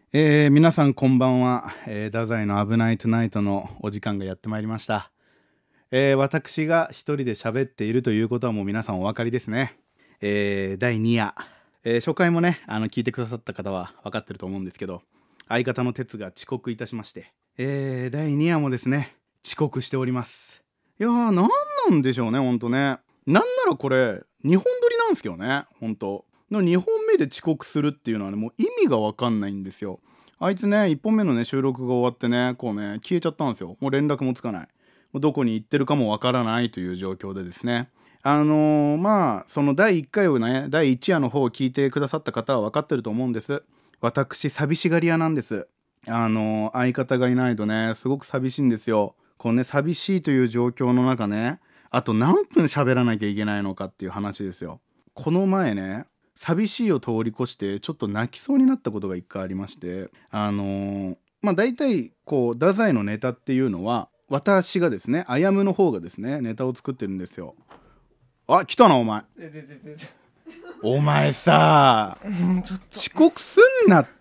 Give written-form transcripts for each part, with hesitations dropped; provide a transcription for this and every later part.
皆さんこんばんは、太宰の危ないトゥナイトのお時間がやってまいりました。私が一人で喋っているということはもう皆さんお分かりですね。第2夜、初回もね聞いてくださった方は分かってると思うんですけど、相方の哲が遅刻いたしまして、第2夜もですね遅刻しております。いやーなんなんでしょうね、ほんとね。なんならこれ2本撮りなんですけどね、ほんとの2本目で遅刻するっていうのはね、もう意味が分かんないんですよ。あいつね、1本目のね収録が終わってね、こうね消えちゃったんですよ。もう連絡もつかない、もうどこに行ってるかも分からないという状況でですね、まあその第1回をね、第1夜の方を聞いてくださった方は分かってると思うんです。私寂しがり屋なんです。相方がいないとねすごく寂しいんですよ。このね寂しいという状況の中ね、あと何分喋らなきゃいけないのかっていう話ですよ。この前ね、寂しいを通り越してちょっと泣きそうになったことが一回ありまして、まあ大体こう太宰のネタっていうのは私がですね、あやむの方がですねネタを作ってるんですよ。あ、来たなお前。お前さ遅刻すんなって。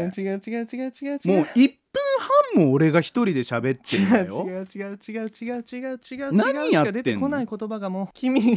違う違う違う違う違う。 もう1分半も俺が一人で喋ってるんだよ。 違う違う違う違う違う違う。 何やってんの？ しか出てこない言葉がもう君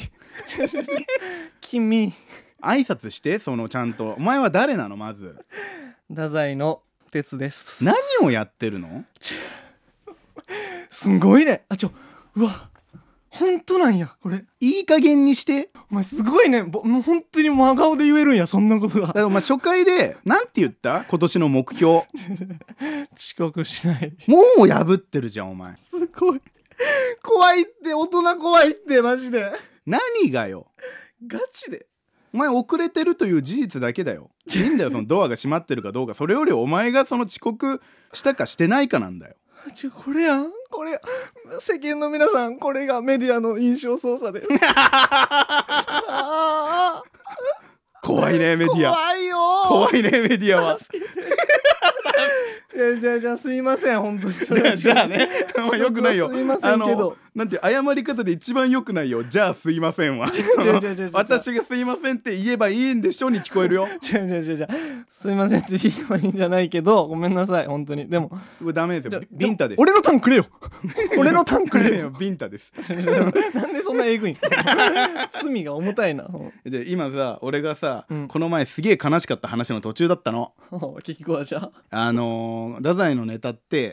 君挨拶して、そのちゃんと。お前は誰なのまず。 太宰の哲です。 何をやってるの？ すんごいね。うわ本当なんやこれ。 いい加減にして。 お前すごいね。もう本当に真顔で言えるんや、そんなことが。 だからお前初回でなんて言った？今年の目標。 遅刻しない。 もう破ってるじゃんお前。 すごい怖いって、大人怖いってマジで。 何がよ。 ガチでお前遅れてるという事実だけだよ。いいんだよそのドアが閉まってるかどうか。それよりお前がその遅刻したかしてないかなんだよ。 これやん、これ世間の皆さん、これがメディアの印象操作です。 怖いねメディア。 怖いよ。 怖いねメディアは。 じゃあすいません本当に。 じゃあね、よくないよ。 すいませんけど、 なんて謝り方で一番よくないよ。じゃあすいませんは。私がすいませんって言えばいいんでしょに聞こえるよ。 じゃすいませんって言えばいいんじゃないけど、ごめんなさい本当に。でもダメですよ。ビンタです。 俺のタンくれよ。俺のタンくれよ。 ビンタです。 なんでそんなえぐいん？罪が重たいな。 じゃあ今さ、俺がさ、この前すげえ悲しかった話の途中だったの。 聞きこはじゃあ。太宰のネタって、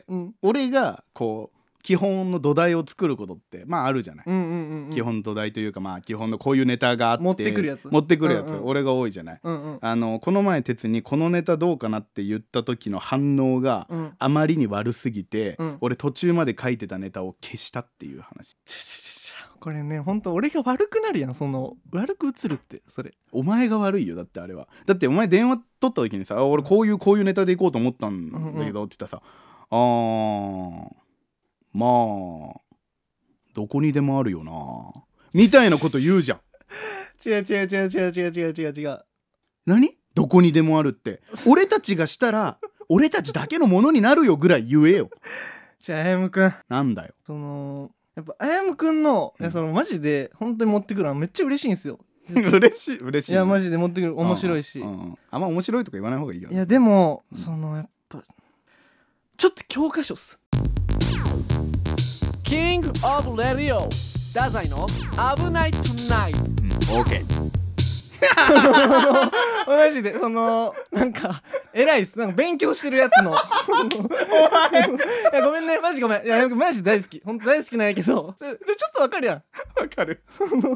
俺がこう基本の土台を作ることってまああるじゃない。基本土台というか、まあ基本のこういうネタがあって持ってくるやつ、 俺が多いじゃない。この前哲にこのネタどうかなって言った時の反応があまりに悪すぎて、俺途中まで書いてたネタを消したっていう話。 これね、本当俺が悪くなるやん。その悪く映るって、それお前が悪いよ。だってあれは。だってお前電話取った時にさ、俺こういうネタでいこうと思ったんだけどって言ったらさ、まあどこにでもあるよなみたいなこと言うじゃん。 違う。 何？どこにでもあるって。俺たちがしたら俺たちだけのものになるよぐらい言えよ。 じゃああやむくん、 なんだよ。 そのやっぱあやむくんの、そのマジで本当に持ってくるのはめっちゃ嬉しいんですよ。 嬉しい、 いやマジで持ってくる、面白いし、 あんま面白いとか言わない方がいいよ、ね。 いやでも、そのやっぱちょっと教科書っす。キングオブレディオ太宰の危ないトゥナイト。 オーケー。 マジでそのなんか偉いっす。なんか勉強してるやつの。いやごめんね、マジごめん。いやマジで大好き、本当大好きなんやけど、ちょっとわかるやん。 わかる。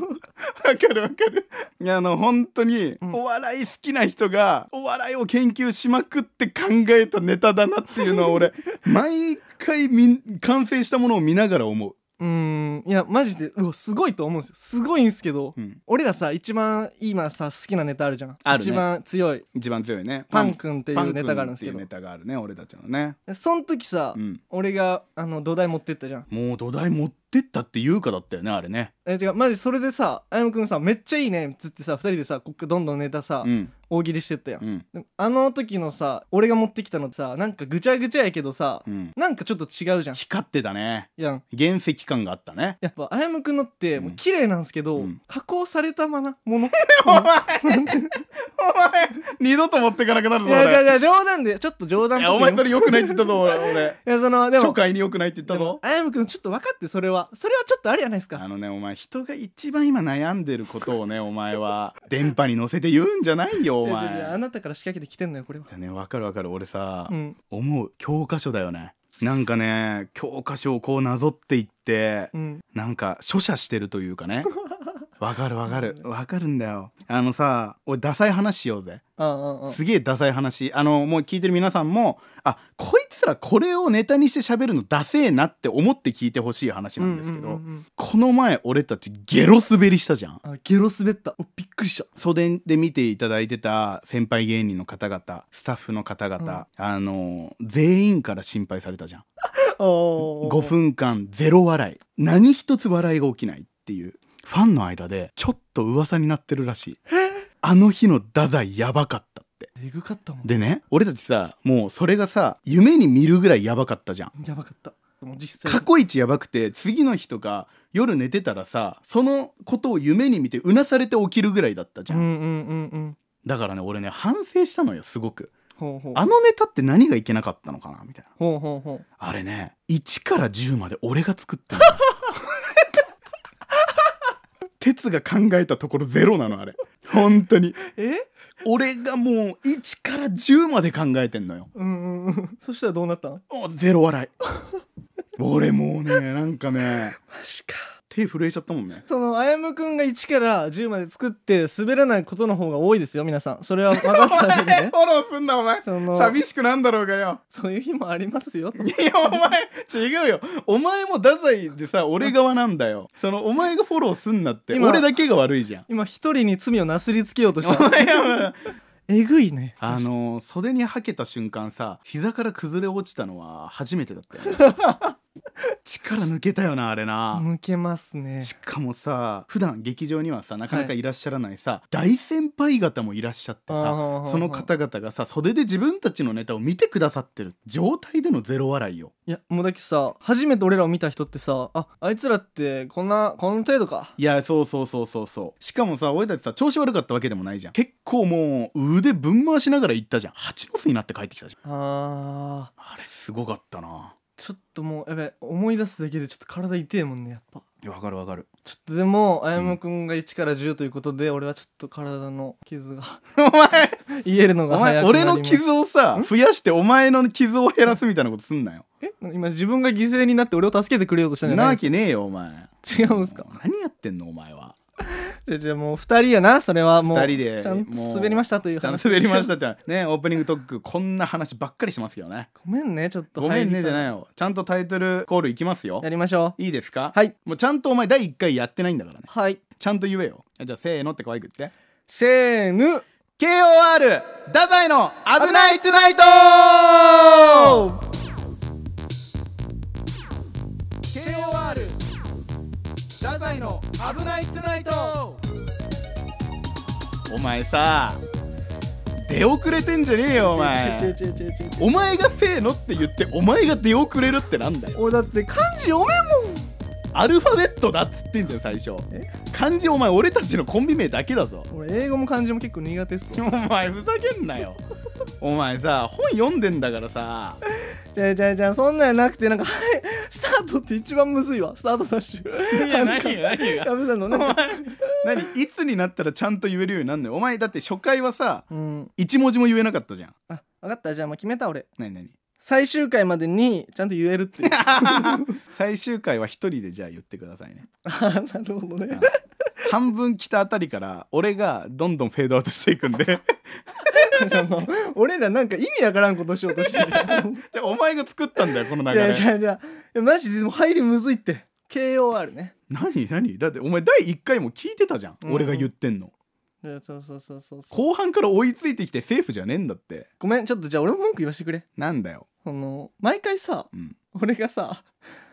いや本当に、お笑い好きな人がお笑いを研究しまくって考えたネタだなっていうのは俺毎回完成したものを見ながら思う。 いやマジですごいと思うんですよ。すごいんすけど、俺らさ一番今さ好きなネタあるじゃん。 あるね。 一番強いね。パンくんっていうネタがあるんですけど、 ネタがあるね、俺たちのね。 そん時さ、俺が土台持ってったじゃん。 もう土台持っってったっていうかだったよねあれね。 てかマジそれでさあやむくんさめっちゃいいねっつってさ2人でさこっからどんどんネタさ、 うん大喜利してったやん、 うん、 でもあの時のさ俺が持ってきたのってさなんかぐちゃぐちゃやけどさ、 うん、 なんかちょっと違うじゃん光ってたね。 やん。 原石感があったね。 やっぱあやむくんのってもう綺麗なんですけど、 うん加工されたものお前二度と持ってかなくなるぞいやいやい俺。 や冗談でちょっと冗談っぽくお前それ良くないって言ったぞ俺いやそのでも初回に良くないって言ったぞ。 あやむくんちょっと分かってそれはちょっとあれやないですか。 あのねお前人が一番今悩んでることをねお前は電波に乗せて言うんじゃないよお違う違う違う前。 あなたから仕掛けてきてんのよこれは。 ねわかるわかる。俺さ、 うん、 思う教科書だよね。なんかね教科書をこうなぞっていって、 うん、 なんか書写してるというかねわかるわかるわかるんだよ。さ俺ダサい話しようぜ。すげえダサい話もう聞いてる皆さんもこいつらこれをネタにして喋るのダセえなって思って聞いてほしい話なんですけど、この前俺たちゲロ滑りしたじゃん。 ゲロ滑った。びっくりした。 袖で見ていただいてた先輩芸人の方々スタッフの方々、全員から心配されたじゃん5分間ゼロ笑い何一つ笑いが起きないっていうファンの間でちょっと噂になってるらしい。あの日の太宰やばかったって。 えぐかったもん。 でね俺たちさもうそれがさ夢に見るぐらいやばかったじゃん。 やばかった。もう実際過去一やばくて次の日とか夜寝てたらさそのことを夢に見てうなされて起きるぐらいだったじゃん。だからね俺ね反省したのよすごく。 ほうほうあのネタって何がいけなかったのかなみたいな。 ほうほうほう。 あれね1から10まで俺が作ってる鉄が考えたところゼロなのあれ本当に。俺がもう1から10まで考えてんのよ。 そしたらどうなったの？ ゼロ笑い俺もうねなんかねマジか。 手震えちゃったもんね。 そのあやむくんが1から10まで作って滑らないことの方が多いですよ皆さん。それは分かった上でねフォローすんなお前。寂しくなんだろうがよ。 そういう日もありますよ。 いやお前違うよ。お前も太宰でさ俺側なんだよ。そのお前がフォローすんなって俺だけが悪いじゃん。 今一人に罪をなすりつけようとした。えぐいね。 袖にはけた瞬間さ膝から崩れ落ちたのは初めてだったよね力抜けたよなあれな。 抜けますね。 しかもさ普段劇場にはさなかなかいらっしゃらないさ、大先輩方もいらっしゃってさその方々がさ袖で自分たちのネタを見てくださってる状態でのゼロ笑いよ。 いやもうだけさ初めて俺らを見た人ってさあいつらってこの程度か。 いやそうしかもさ俺たちさ調子悪かったわけでもないじゃん。結構もう腕ぶん回しながら行ったじゃん。蜂の巣になって帰ってきたじゃん。あれすごかったな。 ちょっともうやべ思い出すだけでちょっと体痛いもんねやっぱ。 わかるわかる。 ちょっとでもあやむくんが1から10ということで、俺はちょっと体の傷がお前癒えるのが早くなります。 俺の傷をさ増やしてお前の傷を減らすみたいなことすんなよ。 今自分が犠牲になって俺を助けてくれようとしたんじゃないなわけねえよお前。 違うんすか？ 何やってんのお前は。 じゃあもう2人やな。それはもう 2人でちゃんと滑りましたという話。 ちゃんと滑りましたってねオープニングトークこんな話ばっかりしますけどね。 ごめんねちょっと。 ごめんねじゃないよ。ちゃんとタイトルコールいきますよ。 やりましょう。いいですか？ はい。 もうちゃんとお前第1回やってないんだからね。 はい。 ちゃんと言えよ。じゃあせーのって可愛く言って。 せーの KOR 太宰の危ないトゥナイト。 KOR 太宰の危ないトゥナイト。お前さ出遅れてんじゃねえよお前。お前がせーのって言ってお前が出遅れるってなんだよ。 俺だって漢字読めんもん。 アルファベットだっつってんじゃん最初。漢字お前俺たちのコンビ名だけだぞ。 俺英語も漢字も結構苦手っすお前ふざけんなよお前さ本読んでんだからさ。 じゃあそんなんなくてなんかはいスタートって一番むずいわ。スタートダッシュ。 いや何がやめたのなんか何いつになったらちゃんと言えるようになんのよお前。だって初回はさ、 1 一文字も言えなかったじゃん。 分かった。じゃあもう決めた俺。 何最終回までにちゃんと言えるっていう最終回は一人でじゃあ言ってくださいね。 なるほどね。 半分来たあたりから俺がどんどんフェードアウトしていくんで俺らなんか意味わからんことしようとしてるじゃあお前が作ったんだよこの流れ。 じゃあマジでもう入りむずいって。 KOR ね。 何だってお前第1回も聞いてたじゃん、俺が言ってんの。 そう後半から追いついてきてセーフじゃねえんだって。 ごめんちょっとじゃあ俺も文句言わせてくれ。 なんだよ。 毎回さ、俺がさ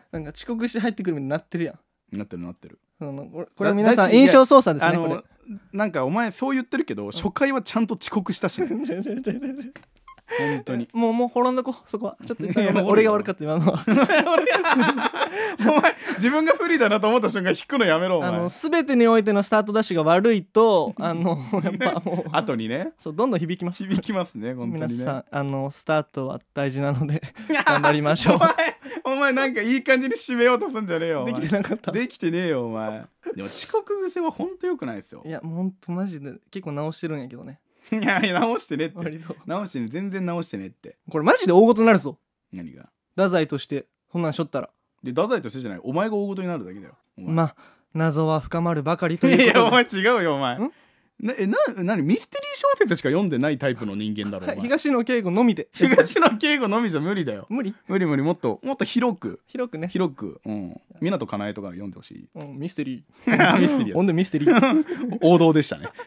なんか遅刻して入ってくるみたいになってるやん。 なってるなってる。 これは皆さん印象操作ですね。これなんかお前そう言ってるけど、初回はちゃんと遅刻したしね本当にもう滅んだこそこはちょっと俺が悪かった今のはお前自分が不利だなと思った瞬間引くのやめろお前。 全てにおいてのスタートダッシュが悪いとやっぱもう後にねそうどんどん響きます。 響きますね本当にね。 皆さんスタートは大事なので頑張りましょうお前なんかいい感じに締めようとすんじゃねえよ。 できてなかった。 できてねえよお前。でも遅刻癖は本当良くないですよ。 いやもうほんとマジで結構直してるんやけどね。 いや直してねって。 割と直してね、全然直してねって。 これマジで大事になるぞ。 何が？ 太宰としてそんなんしょったら。 で太宰としてじゃない、お前が大事になるだけだよ。 まあ謎は深まるばかりということで。 いやお前違うよお前。何ミステリー小説しか読んでないタイプの人間だろお前。 東野圭吾のみで。 東野圭吾のみじゃ無理だよ。 無理もっと広くね。 広く、湊かなえとか読んでほしい。 ミステリーミステリーほんでミステリー王道でしたね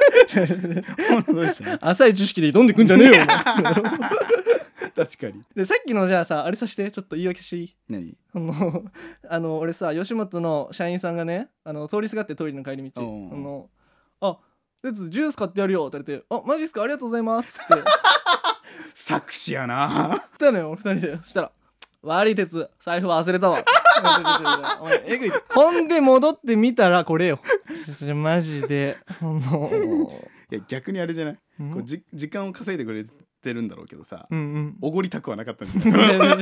浅い知識で挑んでくんじゃねえよ確かに。 でさっきのじゃあさあれさしてちょっと言い訳していい？ 何？ 俺さ吉本の社員さんがね通りすがってトイレの帰り道あジュース買ってやるよって言われてあマジっすかありがとうございますって作詞やな言ったのよ2人で。そしたら悪い鉄財布忘れたわお前えぐい。ほんで戻ってみたらこれよマジでいや逆にあれじゃない、こう時間を稼いでくれてるんだろうけどさ、おごりたくはなかったんじゃない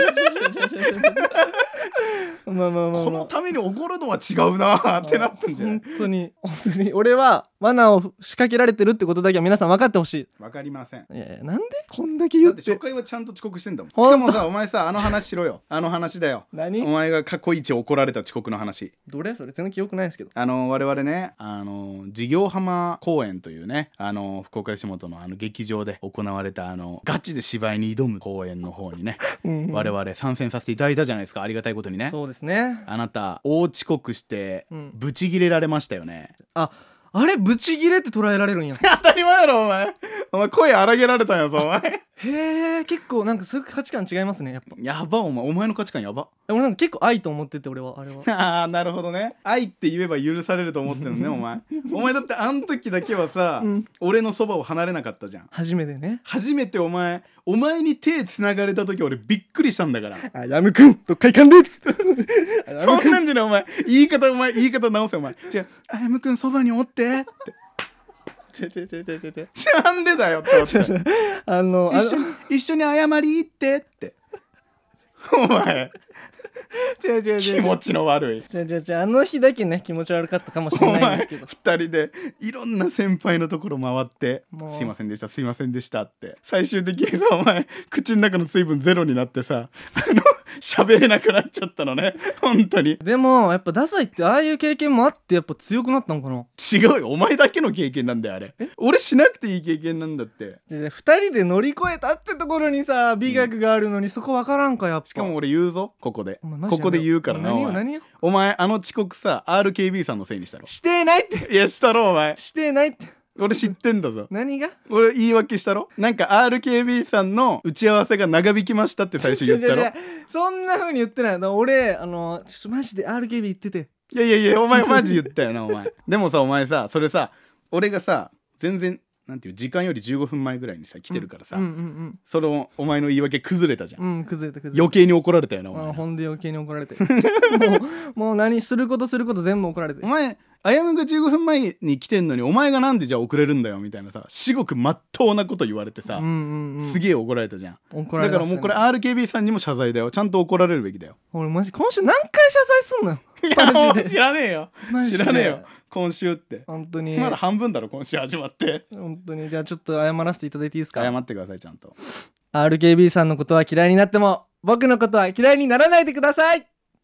このためにおごるのは違うなってなったんじゃない？ 本当に俺はマナーを仕掛けられてるってことだけは皆さん分かってほしい。 分かりません。 いやなんでこんだけ言って。 だって初回はちゃんと遅刻してんだもん。しかもさお前さ話しろよ。話だよ。 何？ お前が過去一怒られた遅刻の話。 どれそれ全然記憶ないですけど。 我々ね事業浜公演というね福岡吉本の劇場で行われたガチで芝居に挑む公演の方にね我々参戦させていただいたじゃないですか。ありがたいことにね。 そうですね。 あなた大遅刻してブチギレられましたよね。 あれブチギレって捉えられるんや当たり前やろお前声荒げられたんやぞお前へえ結構なんかすごく価値観違いますねやっぱ。 やばお前の価値観やば。 俺なんか結構愛と思ってて俺はあれはなるほどね。愛って言えば許されると思ってるのねお前だってあの時だけはさ、俺のそばを離れなかったじゃん。初めてお前に手つながれた時俺びっくりしたんだからやむくんどっか行かんでっつってそんなんじゃないお前言い方直せお前。違うあやむくんそばにおってってなんでだよって思って一緒に謝りってってお前気持ちの悪い。 あの日だけね気持ち悪かったかもしれないですけど 2人でいろんな先輩のところ回ってすいませんでしたって最終的にさお前口の中の水分ゼロになってさ喋れなくなっちゃったのね本当に。 でもやっぱダサいってああいう経験もあってやっぱ強くなったのかな。 違うよお前だけの経験なんだよあれ。俺しなくていい経験なんだって。 2人で乗り越えたってところにさ美学があるのにそこ分からんかやっぱ。 しかも俺言うぞここで言うからな。 何よお前遅刻さ RKB さんのせいにしたろ。 してないって。 いやしたろお前。 してないって俺知ってんだぞ。 何が？ 俺言い訳したろ。なんか RKB さんの打ち合わせが長引きましたって最初言ったろそんな風に言ってない。だから俺ちょっとマジで RKB 言ってて。 いやお前マジ言ったよなお前でもさお前さそれさ俺がさ全然なんていう時間より15分前ぐらいにさ来てるからさ、そのお前の言い訳崩れたじゃん。 崩れた余計に怒られたよなお前。 ほんで余計に怒られてもう何すること全部怒られて。 お前あやむが15分前に来てんのにお前がなんでじゃあ遅れるんだよみたいなさ至極まっとうなこと言われてさ、すげえ怒られたじゃん。だからもうこれ RKB さんにも謝罪だよ。ちゃんと怒られるべきだよ。 俺マジ今週何回謝罪すんのよマジで知らねえよ今週って本当にまだ半分だろ今週始まって本当に。じゃあちょっと謝らせていただいていいですか？ 謝ってくださいちゃんと。 RKB さんのことは嫌いになっても僕のことは嫌いにならないでください。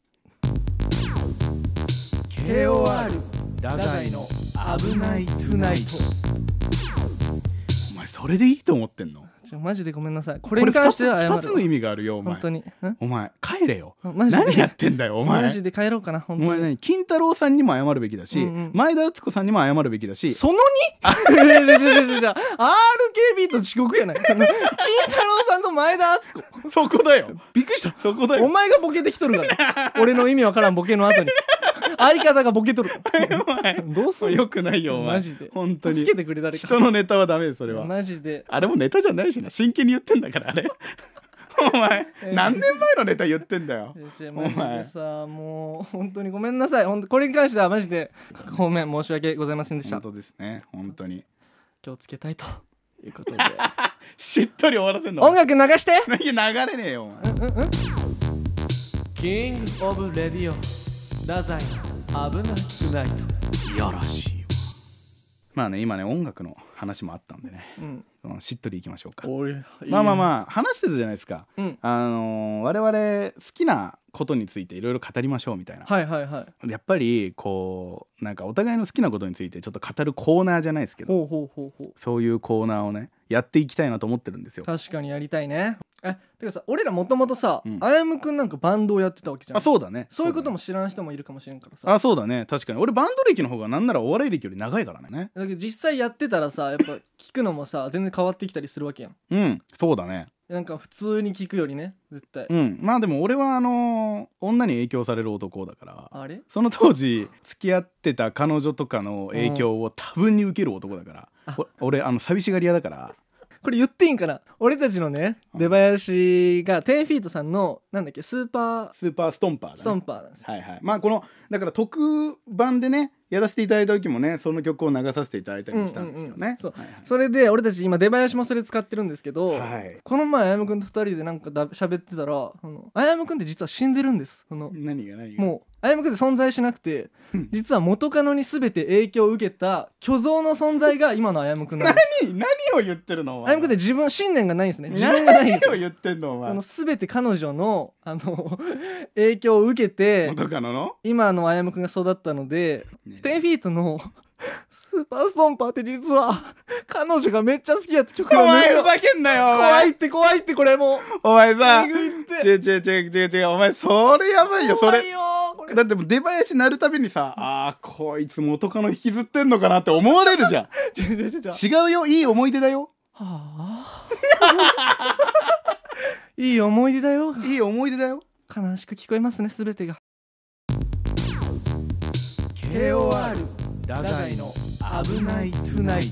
KOR 太宰の危ないトゥナイト。お前それでいいと思ってんの？ マジでごめんなさい。これに関しては謝る。 2つの意味があるよお前。 本当にお前帰れよ。 マジで何やってんだよお前。 マジで帰ろうかな本当に。 お前何金太郎さんにも謝るべきだし、前田敦子さんにも謝るべきだし。 その 2？ RKB と遅刻やない金太郎さんと前田敦子。 そこだよ。 びっくりした。 そこだよ。 お前がボケてきとるから俺の意味わからんボケの後に相方がボケとるどうすんの。 よくないよお前。 マジで本当に助けてくれ誰か。 人のネタはダメですそれは。 マジであれもネタじゃないしな、真剣に言ってんだからあれお前何年前のネタ言ってんだよマジでさ、もう本当にごめんなさい。本当これに関してはマジでごめん、申し訳ございませんでした。 本当ですね、本当に気をつけたいということでしっとり終わらせんの。 音楽流して。 いや流れねえよお前。 キングオブレディオ太宰の危ないトゥナイト。 いやらしいわ。まあね今ね音楽の話もあったんでね、しっとりいきましょうか。まあ話してたじゃないですか、我々好きなことについていろいろ語りましょうみたいな。やっぱりこうなんかお互いの好きなことについてちょっと語るコーナーじゃないですけど、そういうコーナーをねやっていきたいなと思ってるんですよ。 確かにやりたいね。てかさ、俺らもともとさ、あやむくんなんかバンドをやってたわけじゃん。 あ、そうだね。 そういうことも知らん人もいるかもしれんからさ。 あ、そうだね。確かに俺バンド歴の方がなんならお笑い歴より長いからね。 だけど実際やってたらさ、やっぱ聞くのもさ全然変わってきたりするわけやん。 うん、そうだね。 なんか普通に聞くよりね、絶対。 まあでも俺は女に影響される男だから、 あれその当時付き合ってた彼女とかの影響を多分に受ける男だから、俺寂しがり屋だから。 これ言っていいんかな。俺たちのね出囃子が10フィートさんのなんだっけスーパーストンパーだね。 ストンパーなんですよ。 まあこのだから特番でねやらせていただいた時もねその曲を流させていただいたりもしたんですよね。それで俺たち今出囃子もそれ使ってるんですけど、この前あやむくんと2人でなんか喋ってたら、あやむくんって実は死んでるんです。 何がもうあやむくんって存在しなくて実は元カノに全て影響を受けた虚像の存在が今のあやむくんなんです。 何を言ってるのお前。 あやむくんって自分信念がないんですね。自分がないんですよ。 何を言ってんのお前。 全て彼女の影響を受けて元カノの今のあやむくんが育ったので、10フィートのスーパーストンパーって実は彼女がめっちゃ好きやった曲なんですよ。 お前ふざけんなよ。 怖いってこれもうお前さ違うお前それやばいよ。それだってもう出囃子鳴るたびにさ、こいつ元カノ引きずってんのかなって思われるじゃん。違うよ、いい思い出だよ。 いい思い出だよ。 いい思い出だよ。 悲しく聞こえますね全てが。 KOR 太宰の危ないトゥナイト。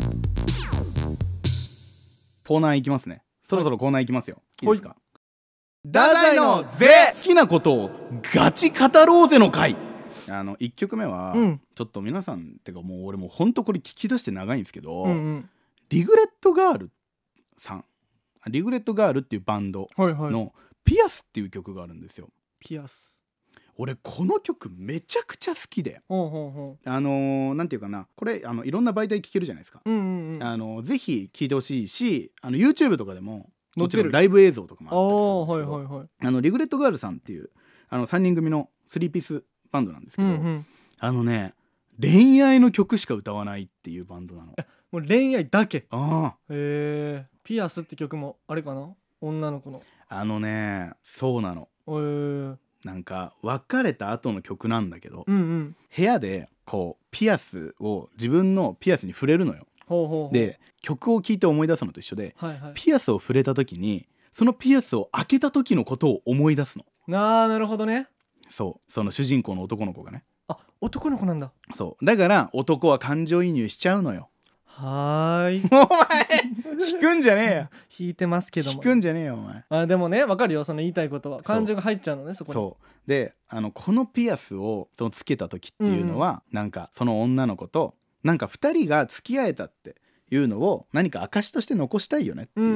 コーナー行きますね。そろそろコーナー行きますよ。いいですか。太宰のぜ好きなことをガチ語ろうぜの回。1曲目は、ちょっと皆さんてかもう俺もうほんとこれ聞き出して長いんですけど、リグレットガールさん、リグレットガールっていうバンドのピアスっていう曲があるんですよ。 ピアス。 俺この曲めちゃくちゃ好きで、なんていうかな、これいろんな媒体聴けるじゃないですか。ぜひ聴いてほしいし、YouTube とかでももちろんライブ映像とかもあったりするんですけど、リグレットガールさんっていう3人組の3ピースバンドなんですけど、恋愛の曲しか歌わないっていうバンドなの。 もう恋愛だけ。ピアスって曲もあれかな、女の子の。 そうなの。なんか別れた後の曲なんだけど、部屋でこうピアスを自分のピアスに触れるのよ。で曲を聴いて思い出すのと一緒で、ピアスを触れた時にそのピアスを開けた時のことを思い出すの。 なるほどね。 その主人公の男の子がね。 男の子なんだ。 そうだから男は感情移入しちゃうのよ。お前引くんじゃねえよ。 引いてますけども。 引くんじゃねえよお前。 でもね分かるよ、その言いたいことは。感情が入っちゃうのねそこに。 そうでこのピアスをつけた時っていうのは、なんかその女の子となんか2人が付き合えたっていうのを何か証として残したいよねっていう。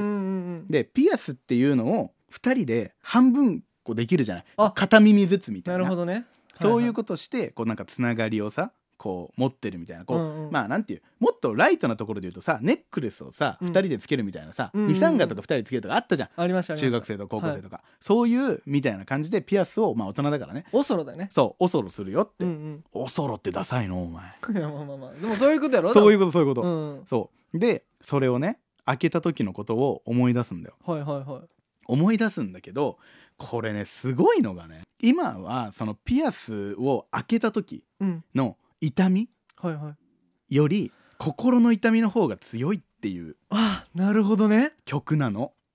でピアスっていうのを2人で半分こうできるじゃない。片耳ずつみたいな。なるほどね。そういうことしてこうなんかつながりをさこう持ってるみたいな、こうまあなんていう、もっとライトなところで言うとさ、ネックレスをさ2人でつけるみたいなさ、ミサンガとか2人でつけるとかあったじゃん。 ありました。 中学生とか高校生とか、そういうみたいな感じでピアスを、まあ大人だからね、 おそろだよね。 そうおそろするよって。おそろってダサいのお前。 いやまあでもそういうことやろ。 そういうことそうでそれをね開けた時のことを思い出すんだよ。思い出すんだけど、これねすごいのがね、今はそのピアスを開けた時の痛みより心の痛みの方が強いっていう。 なるほどね。 曲なの。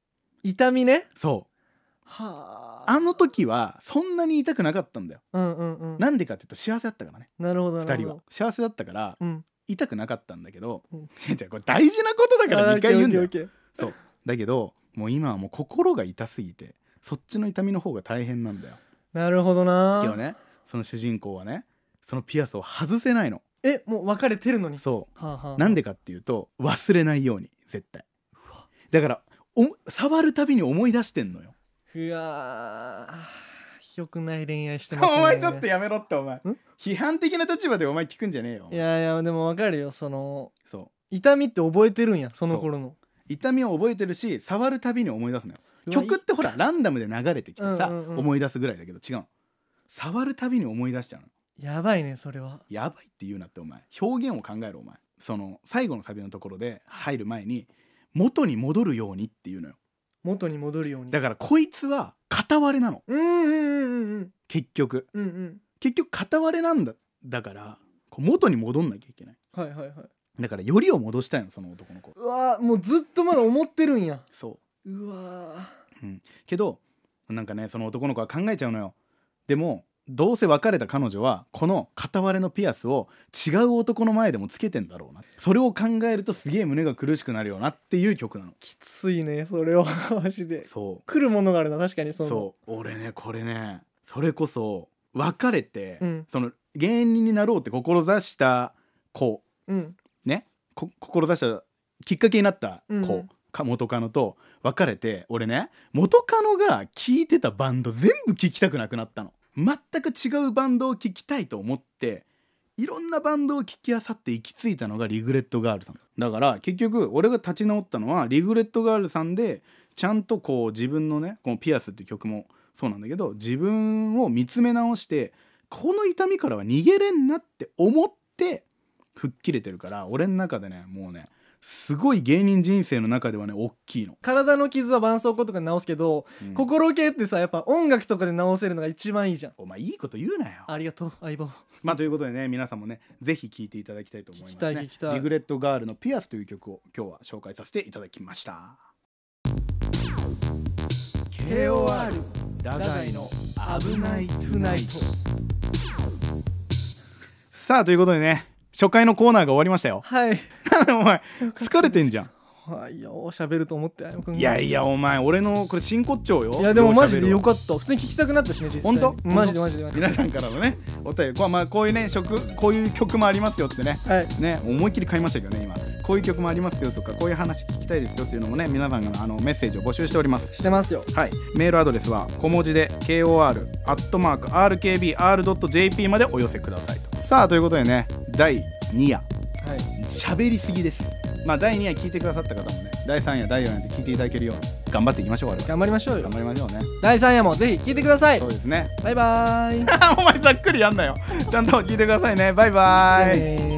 痛みね。 そうはあの時はそんなに痛くなかったんだよ。 うんうんうん。 なんでかっていうと幸せだったからね。 なるほどなるほど。 2人は幸せだったからうん痛くなかったんだけど、 うんじゃあこれ大事なことだから2回言うんだよ。 オッケーオッケーオッケそうだけどもう今はもう心が痛すぎてそっちの痛みの方が大変なんだよ。 ー。なるほどな今日ねその主人公はねそのピアスを外せないの。 もう別れてるのに。 そはあはあはあ。 うなんでかっていうと忘れないように絶対だから触るたびに思い出してんのよ。 うわー、良くない恋愛してますね。 お前ちょっとやめろってお前ん批判的な立場でお前聞くんじゃねえよ。 いやいやでも分かるよ、そのそう痛みって覚えてるんや、その頃の。 痛みを覚えてるし触るたびに思い出すのよ。 うわ曲ってほらランダムで流れてきてさ、 うんうんうん思い出すぐらいだけど違うの。触るたびに思い出しちゃうの。 やばいねそれは。 やばいって言うなってお前表現を考えろお前。その最後のサビのところで入る前に元に戻るようにっていうのよ。 元に戻るように。 だからこいつは片割れなのうんうんうんうん結局うんうん片割れなんだ。だからこう元に戻んなきゃいけない。 はいはいはい。 だからよりを戻したいのその男の子。 うわー、もうずっとまだ思ってるんや。 そうわけどなんかねその男の子は考えちゃうのよ。でもどうせ別れた彼女はこの片割れのピアスを違う男の前でもつけてんだろうな。それを考えるとすげえ胸が苦しくなるよなっていう曲なの。 きついねそれはマジで。 そう来るものがあるな確かに。そのそう俺ねこれねそれこそ別れて、 うんその芸人になろうって志した子うんね志したきっかけになった子、 うん元カノと別れて俺ね元カノが聴いてたバンド全部聴きたくなくなったの。全く違うバンドを聴きたいと思っていろんなバンドを聴き漁って行き着いたのがリグレットガールさんだから結局俺が立ち直ったのはリグレットガールさんでちゃんとこう自分のねこのピアスっていう曲もそうなんだけど自分を見つめ直してこの痛みからは逃げれんなって思って吹っ切れてるから俺の中でねもうねすごい芸人人生の中ではね大きいの。 体の傷は絆創膏とかで治すけど、 うん心系ってさやっぱ音楽とかで治せるのが一番いいじゃん。 お前いいこと言うなよ。 ありがとう相棒。 まあということでね皆さんもねぜひ聴いていただきたいと思いますね。 聞きたいリグレットガールのピアスという曲を今日は紹介させていただきました。 KOR 太宰の危ないトゥナイト。さあということでね初回のコーナーが終わりましたよ。 はいお前疲れてんじゃん。 はいよ喋ると思ってあやむくんが。 いやいやお前俺のこれ真骨頂よ。 いやでもマジでよっかった。普通に聞きたくなったしね実際。 本当マジでマジでマジで。 皆さんからのねお便りまあこういうねこういう曲もありますよってねはいね思いっきり買いましたけどね今こういう曲もありますよとかこういう話聞きたいですよっていうのもね皆さんがメッセージを募集しております。 してますよ。 はいメールアドレスは小文字で KOR@RKBR.jp までお寄せくださいと。さあということでね第2夜はい喋りすぎです。まあ第2夜聞いてくださった方もね第3夜第4夜で聞いていただけるように頑張っていきましょう。我々 頑張りましょうよ頑。張りましょうね。 第3夜もぜひ聞いてくださいそう。ですねバイバーイ。 お前ざっくりやんなよちゃんと聞いてくださいね。バイバイ。 じゃあねー